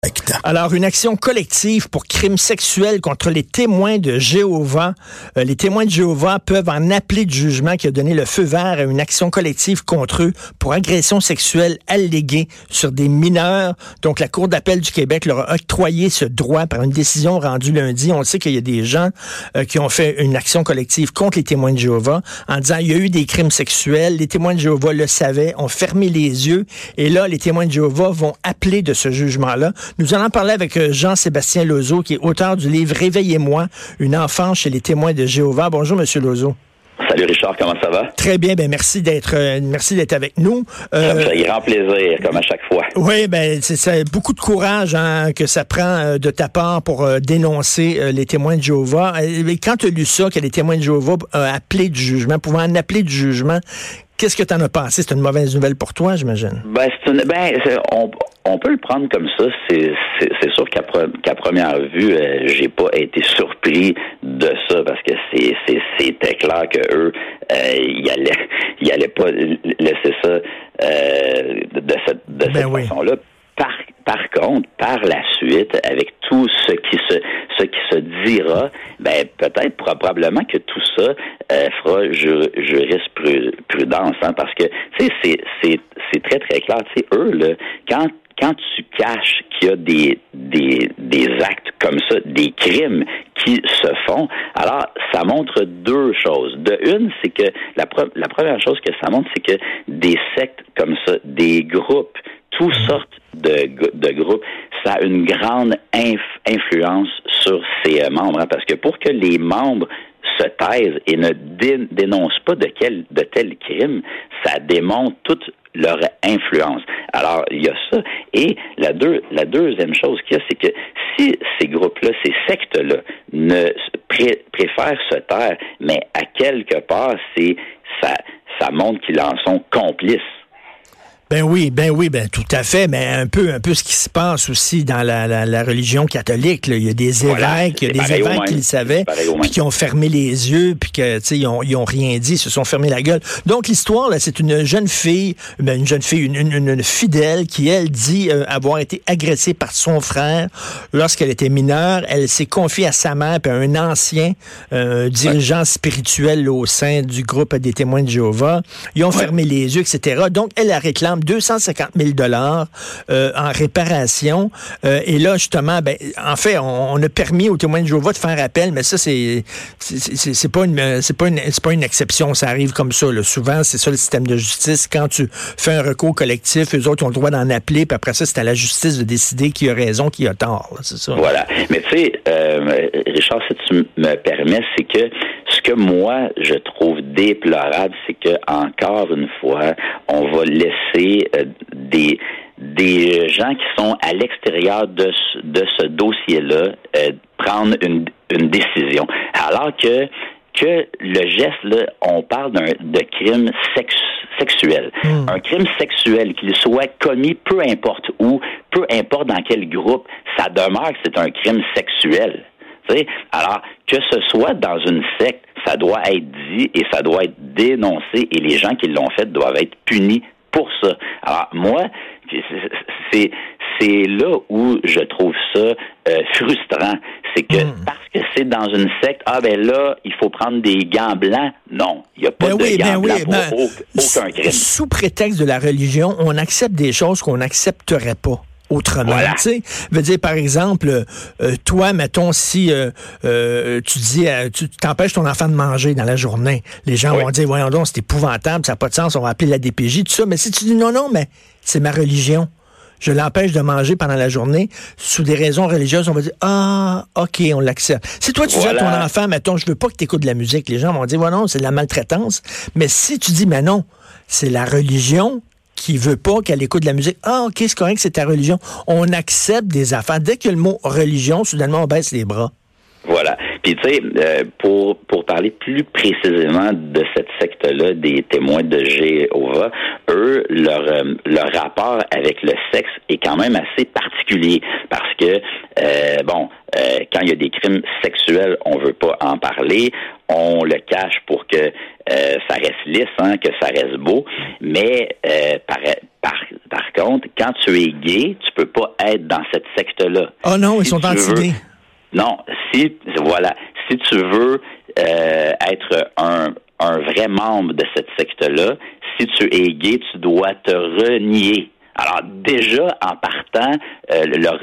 Alors, une action collective pour crimes sexuels contre les témoins de Jéhovah. Les témoins de Jéhovah peuvent en appeler du jugement qui a donné le feu vert à une action collective contre eux pour agression sexuelle alléguée sur des mineurs. Donc, la Cour d'appel du Québec leur a octroyé ce droit par une décision rendue lundi. On sait qu'il y a des gens qui ont fait une action collective contre les témoins de Jéhovah en disant il y a eu des crimes sexuels. Les témoins de Jéhovah le savaient, ont fermé les yeux. Et là, les témoins de Jéhovah vont appeler de ce jugement-là. Nous allons parler avec Jean-Sébastien Lozo, qui est auteur du livre « Réveillez-moi, une enfance chez les témoins de Jéhovah ». Bonjour, Monsieur Lozo. Salut Richard, comment ça va? Très bien, merci d'être avec nous. Ça me fait grand plaisir, comme à chaque fois. Oui, c'est beaucoup de courage que ça prend de ta part pour dénoncer les témoins de Jéhovah. Quand tu as lu ça, que les témoins de Jéhovah appelé du jugement, pouvant en appeler du jugement, qu'est-ce que tu en as pensé? C'est une mauvaise nouvelle pour toi, j'imagine. On peut le prendre comme ça. C'est sûr qu'à première vue, j'ai pas été surpris de ça parce que c'était clair que eux, ils allaient pas laisser ça de cette façon-là. Par contre, par la suite, avec tout ce qui se dira, probablement que tout ça fera jurisprudence, parce que tu sais c'est très très clair. Tu sais, eux là, quand tu caches qu'il y a des actes comme ça, des crimes qui se font, alors ça montre deux choses. De une, c'est que la première chose que ça montre, c'est que des sectes comme ça, des groupes, toutes sortes de groupes, ça a une grande influence sur ses membres, parce que pour que les membres se taisent et ne dénoncent pas de tels crimes, ça démontre toute leur influence. Alors, il y a ça. Et la deuxième chose qu'il y a, c'est que si ces groupes-là, ces sectes-là, préfèrent se taire, mais à quelque part, ça montre qu'ils en sont complices. Ben oui, tout à fait, mais un peu ce qui se passe aussi dans la religion catholique, là. Il y a des évêques, qui le savaient, puis qui ont fermé les yeux, puis que tu sais ils ont rien dit, ils se sont fermés la gueule. Donc l'histoire là, c'est une jeune fille, une fidèle qui elle dit avoir été agressée par son frère lorsqu'elle était mineure. Elle s'est confiée à sa mère puis à un ancien dirigeant spirituel au sein du groupe des témoins de Jéhovah. Ils ont fermé les yeux, etc. Donc elle réclame 250 000 en réparation. Et là, justement, en fait, on a permis aux témoins de Jéhovah de faire appel, mais ça, c'est pas une exception. Ça arrive comme ça, là. Souvent, c'est ça le système de justice. Quand tu fais un recours collectif, eux autres ont le droit d'en appeler, puis après ça, c'est à la justice de décider qui a raison, qui a tort. Là, c'est ça. Voilà. Mais tu sais, Richard, si tu me permets, c'est que ce que moi, je trouve déplorable, c'est que encore une fois, on va laisser des gens qui sont à l'extérieur de ce dossier-là prendre une décision. Alors que le geste, là, on parle de crime sexuel. Un crime sexuel, qu'il soit commis peu importe où, peu importe dans quel groupe, ça demeure que c'est un crime sexuel. T'sais? Alors, que ce soit dans une secte, ça doit être dit et ça doit être dénoncé et les gens qui l'ont fait doivent être punis pour ça. Alors, moi, c'est là où je trouve ça frustrant. C'est que parce que c'est dans une secte, là, il faut prendre des gants blancs. Non, il n'y a pas de gants blancs pour aucun crime. Sous prétexte de la religion, on accepte des choses qu'on n'accepterait pas autrement. Voilà. Tu sais, veut dire, par exemple, toi, mettons, si tu dis, tu t'empêches ton enfant de manger dans la journée, les gens vont dire, voyons donc, c'est épouvantable, ça n'a pas de sens, on va appeler la DPJ, tout ça. Mais si tu dis, non, mais c'est ma religion, je l'empêche de manger pendant la journée, sous des raisons religieuses, on va dire, OK, on l'accepte. Si toi, tu dis à ton enfant, mettons, je veux pas que tu écoutes de la musique, les gens vont dire, non, c'est de la maltraitance. Mais si tu dis, mais non, c'est la religion qui veut pas qu'elle écoute de la musique. OK, c'est correct, c'est ta religion. On accepte des affaires. Dès qu'il y a le mot religion, soudainement, on baisse les bras. Voilà. Puis, tu sais, pour parler plus précisément de cette secte-là, des témoins de Jéhovah, eux, leur rapport avec le sexe est quand même assez particulier parce que, quand il y a des crimes sexuels, on veut pas en parler. on le cache pour que ça reste lisse, que ça reste beau. Mais par contre, quand tu es gay, tu peux pas être dans cette secte-là. Oh non, ils sont anti-gays. Non, si tu veux être un vrai membre de cette secte-là, si tu es gay, tu dois te renier. Alors déjà, en partant, la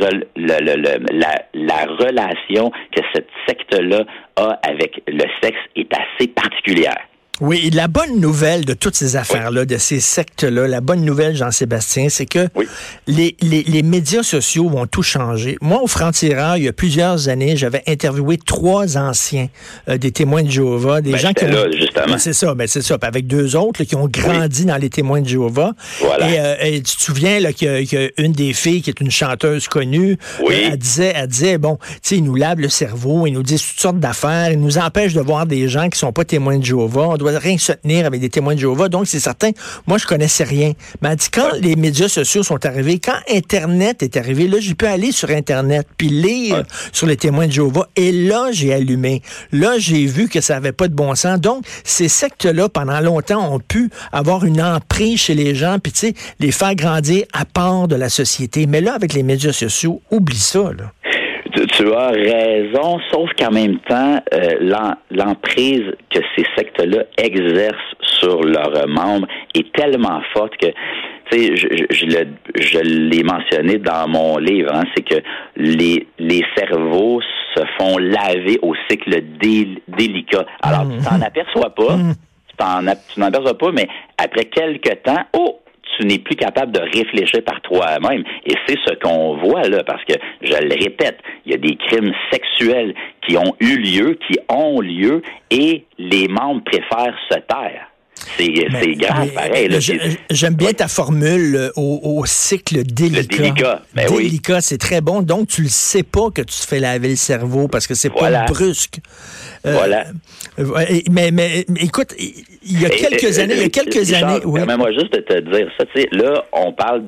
relation que cette secte-là a avec le sexe est assez particulière. Oui, la bonne nouvelle de toutes ces affaires-là, de ces sectes-là, la bonne nouvelle, Jean-Sébastien, c'est que les médias sociaux vont tout changer. Moi, au Franc-Tireur, il y a plusieurs années, j'avais interviewé 3 anciens des témoins de Jéhovah, des gens qui ont... là, justement. C'est ça. Puis avec 2 autres là, qui ont grandi dans les témoins de Jéhovah. Voilà. Et tu te souviens là, qu'il y a une des filles qui est une chanteuse connue, elle disait, bon, tu sais, ils nous lavent le cerveau, ils nous disent toutes sortes d'affaires, ils nous empêchent de voir des gens qui sont pas témoins de Jéhovah. On doit rien se tenir avec des témoins de Jéhovah. Donc, c'est certain, moi, je connaissais rien. Mais elle dit, quand les médias sociaux sont arrivés, quand Internet est arrivé, là, j'ai pu aller sur Internet puis lire sur les témoins de Jéhovah. Et là, j'ai allumé. Là, j'ai vu que ça avait pas de bon sens. Donc, ces sectes-là, pendant longtemps, ont pu avoir une emprise chez les gens puis, tu sais, les faire grandir à part de la société. Mais là, avec les médias sociaux, oublie ça, là. Tu as raison, sauf qu'en même temps, l'emprise que ces sectes-là exercent sur leurs membres est tellement forte que, tu sais, je l'ai mentionné dans mon livre, c'est que les cerveaux se font laver au cycle délicat. Alors, tu t'en aperçois pas, tu n'en aperçois pas, mais après quelques temps, tu n'es plus capable de réfléchir par toi-même. Et c'est ce qu'on voit là, parce que, je le répète, il y a des crimes sexuels qui ont lieu, et les membres préfèrent se taire. C'est grave, pareil. Là, j'aime bien ta formule au cycle délicat. Le délicat, délicat, c'est très bon. Donc, tu le sais pas que tu te fais laver le cerveau parce que c'est pas brusque. Mais écoute, il y a quelques années... Permets-moi juste de te dire ça. Tu sais, là, on parle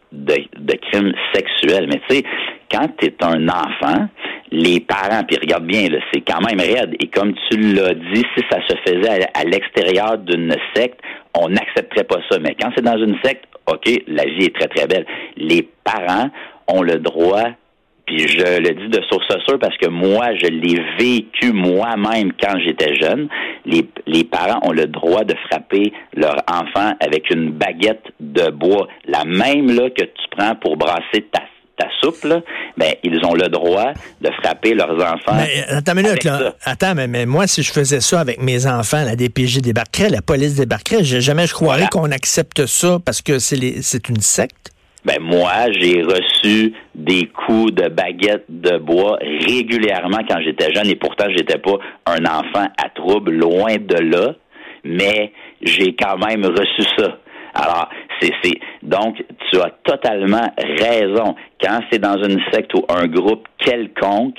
de crimes sexuels, mais tu sais, quand tu es un enfant, les parents, puis regarde bien, là, c'est quand même raide. Et comme tu l'as dit, si ça se faisait à l'extérieur d'une secte, on n'accepterait pas ça. Mais quand c'est dans une secte, OK, la vie est très, très belle. Les parents ont le droit, puis je le dis de source sûre parce que moi, je l'ai vécu moi-même quand j'étais jeune. Les parents ont le droit de frapper leur enfant avec une baguette de bois. La même là que tu prends pour brasser ta soupe, là, ils ont le droit de frapper leurs enfants. Mais, attends une minute, là. Attends, mais moi, si je faisais ça avec mes enfants, la DPJ débarquerait, la police débarquerait, jamais je croirais qu'on accepte ça parce que c'est une secte. Moi, j'ai reçu des coups de baguette de bois régulièrement quand j'étais jeune, et pourtant, j'étais pas un enfant à trouble, loin de là, mais j'ai quand même reçu ça. Alors, donc, tu as totalement raison. Quand c'est dans une secte ou un groupe quelconque,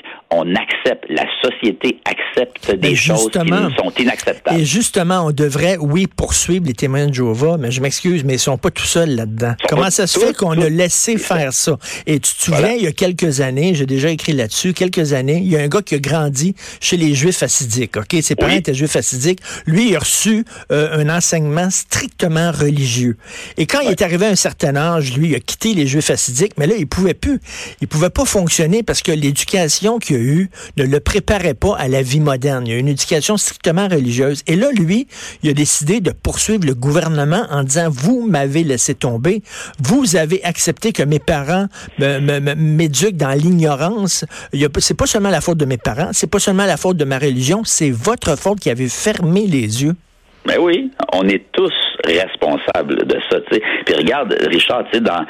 la société accepte des choses qui sont inacceptables. Et justement, on devrait, poursuivre les témoins de Jéhovah, mais je m'excuse, mais ils sont pas tout seuls là-dedans. Comment ça se fait qu'on a laissé faire ça? Et tu te souviens, il y a quelques années, j'ai déjà écrit là-dessus, il y a un gars qui a grandi chez les Juifs hassidiques, OK? Ses parents étaient Juifs hassidiques. Lui, il a reçu un enseignement strictement religieux. Et quand il est arrivé à un certain âge, lui, il a quitté les Juifs hassidiques, mais là, il pouvait pas fonctionner parce que l'éducation qu'il a eue ne le préparait pas à la vie moderne. Il y a une éducation strictement religieuse. Et là, lui, il a décidé de poursuivre le gouvernement en disant, vous m'avez laissé tomber, vous avez accepté que mes parents m'éduquent dans l'ignorance. C'est pas seulement la faute de mes parents, c'est pas seulement la faute de ma religion, c'est votre faute qui avez fermé les yeux. Ben oui, on est tous responsables de ça, tu sais. Puis regarde, Richard, tu sais, dans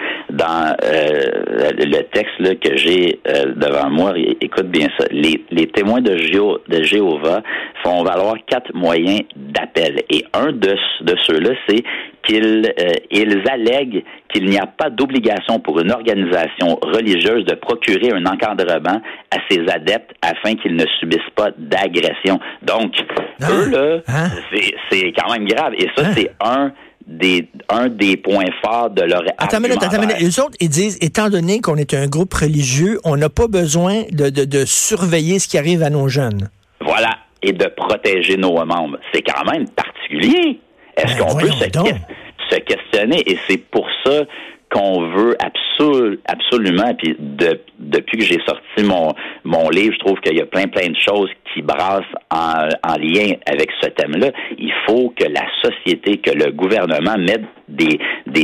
le texte là que j'ai devant moi, écoute bien ça. Les témoins de Jéhovah font valoir 4 moyens d'appel. Et un de ceux-là, c'est qu'ils allèguent qu'il n'y a pas d'obligation pour une organisation religieuse de procurer un encadrement à ses adeptes afin qu'ils ne subissent pas d'agression. Donc, eux, là, c'est quand même grave. Et ça, c'est un des points forts de leur argumentaire. Attends une minute. Les autres, ils disent, étant donné qu'on est un groupe religieux, on n'a pas besoin de surveiller ce qui arrive à nos jeunes. Voilà. et de protéger nos membres. C'est quand même particulier. Est-ce qu'on peut se questionner? Et c'est pour ça qu'on veut absolument, puis depuis que j'ai sorti mon livre, je trouve qu'il y a plein de choses qui brassent en lien avec ce thème-là. Il faut que la société, que le gouvernement mette des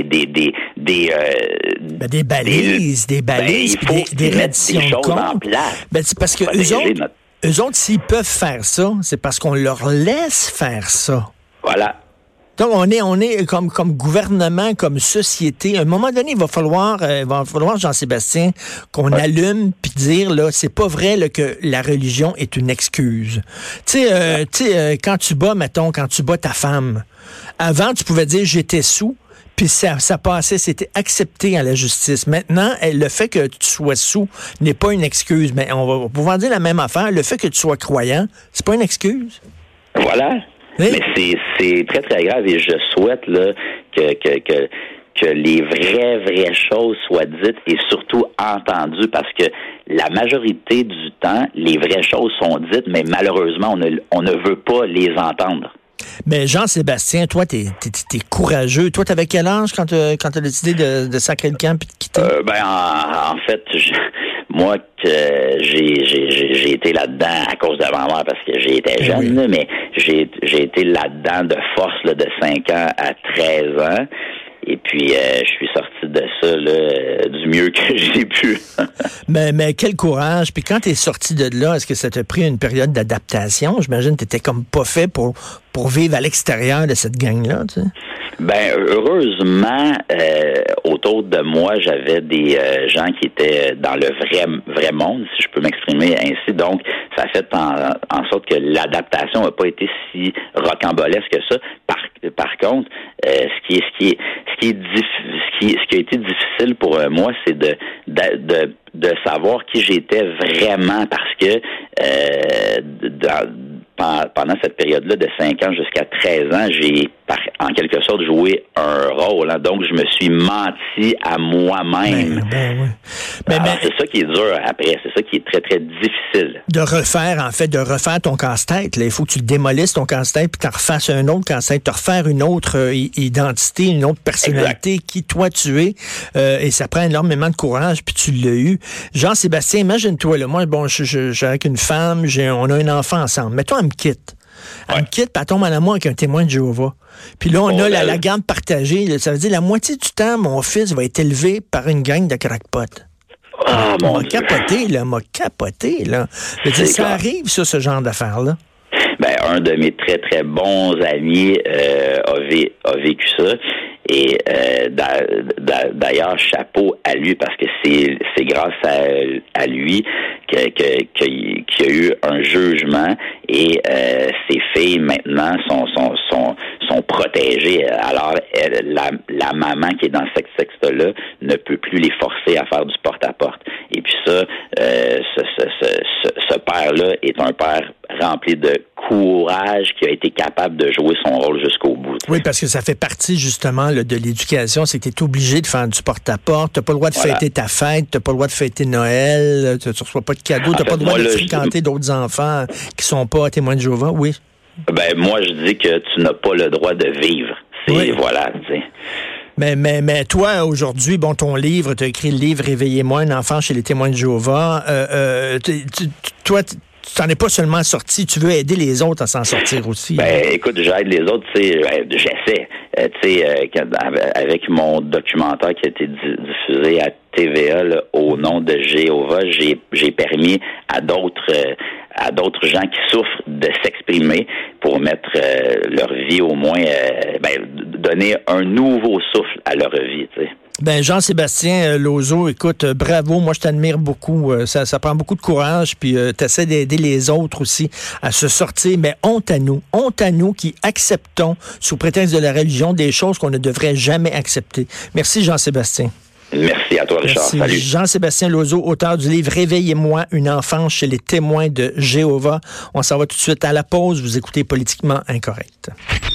balises, des redditions de compte en place. C'est parce que eux autres, s'ils peuvent faire ça, c'est parce qu'on leur laisse faire ça. Voilà. Donc, on est comme gouvernement, comme société. À un moment donné, il va falloir Jean-Sébastien, qu'on allume puis dire, là, c'est pas vrai là, que la religion est une excuse. Tu sais, quand tu bats ta femme, avant, tu pouvais dire, j'étais sous, puis ça passait, c'était accepté à la justice. Maintenant, le fait que tu sois sous n'est pas une excuse. Mais on va pouvoir dire la même affaire. Le fait que tu sois croyant, c'est pas une excuse. Voilà. Oui. Mais c'est très, très grave et je souhaite là que les vraies choses soient dites et surtout entendues parce que la majorité du temps, les vraies choses sont dites, mais malheureusement, on ne veut pas les entendre. Mais Jean-Sébastien, toi, t'es courageux. Toi, t'avais quel âge quand t'as décidé de sacrer le camp puis de quitter? En fait, moi, j'ai été là-dedans à cause de ma mère parce que j'étais jeune, là, mais j'ai été là-dedans de force là, de 5 ans à 13 ans. Et puis, je suis sorti de ça là, du mieux que j'ai pu. mais quel courage. Puis quand t'es sorti de là, est-ce que ça t'a pris une période d'adaptation? J'imagine que t'étais comme pas fait pour vivre à l'extérieur de cette gang-là, tu sais. Ben heureusement, autour de moi, j'avais des gens qui étaient dans le vrai monde, si je peux m'exprimer ainsi. Donc, ça a fait en sorte que l'adaptation n'a pas été si rocambolesque que ça. Par contre, ce qui a été difficile pour moi, c'est de savoir qui j'étais vraiment, parce que pendant cette période-là de 5 ans jusqu'à 13 ans, j'ai en quelque sorte joué un rôle. Hein. Donc, je me suis menti à moi-même. C'est ça qui est dur après. C'est ça qui est très, très difficile. De refaire ton casse-tête. Là. Il faut que tu le démolisses, ton casse-tête, puis tu en refasses un autre casse-tête, te refaire une autre identité, une autre personnalité, qui toi tu es. Et ça prend énormément de courage, puis tu l'as eu. Jean-Sébastien, imagine-toi, là, moi, je suis avec une femme, on a un enfant ensemble. Mais toi, elle me quitte. Elle me quitte, puis elle tombe en amour avec un témoin de Jéhovah. Puis là, on a la garde partagée. Là, ça veut dire la moitié du temps, mon fils va être élevé par une gang de crackpots. M'a capoté, là. Ça arrive, ça, ce genre d'affaires-là. Ben, un de mes très, très bons amis a vécu ça. Et d'ailleurs, chapeau à lui, parce que c'est grâce à lui qu'il y a eu un jugement et ses filles maintenant sont protégées. Alors la maman qui est dans ce texte-là ne peut plus les forcer à faire du porte-à-porte. Et puis ça, ce père-là est un père rempli de courage, qui a été capable de jouer son rôle jusqu'au bout. Oui, parce que ça fait partie justement là, de l'éducation, c'est que tu es obligé de faire du porte-à-porte, tu n'as pas le droit de fêter ta fête, tu n'as pas le droit de fêter Noël, tu ne reçois pas de cadeaux, tu n'as pas le droit de fréquenter d'autres enfants qui sont pas témoins de Jéhovah, oui. Ben moi, je dis que tu n'as pas le droit de vivre. Voilà, tu sais. Mais toi, aujourd'hui, ton livre, tu as écrit le livre « Réveillez-moi, un enfant chez les témoins de Jéhovah ». Toi, tu n'en es pas seulement sorti, tu veux aider les autres à s'en sortir aussi. Ben, écoute, j'aide les autres, j'essaie. Avec mon documentaire qui a été diffusé à TVA là, au nom de Jéhovah, j'ai permis à d'autres gens qui souffrent de s'exprimer pour mettre leur vie au moins, donner un nouveau souffle à leur vie, tu sais. Ben Jean-Sébastien Lozo, écoute, bravo, moi je t'admire beaucoup. Ça prend beaucoup de courage, puis t'essaies d'aider les autres aussi à se sortir. Mais honte à nous qui acceptons, sous prétexte de la religion, des choses qu'on ne devrait jamais accepter. Merci Jean-Sébastien. Merci à toi, Richard. Salut. Jean-Sébastien Lozo, auteur du livre « Réveillez-moi, une enfance chez les témoins de Jéhovah ». On s'en va tout de suite à la pause. Vous écoutez Politiquement Incorrect.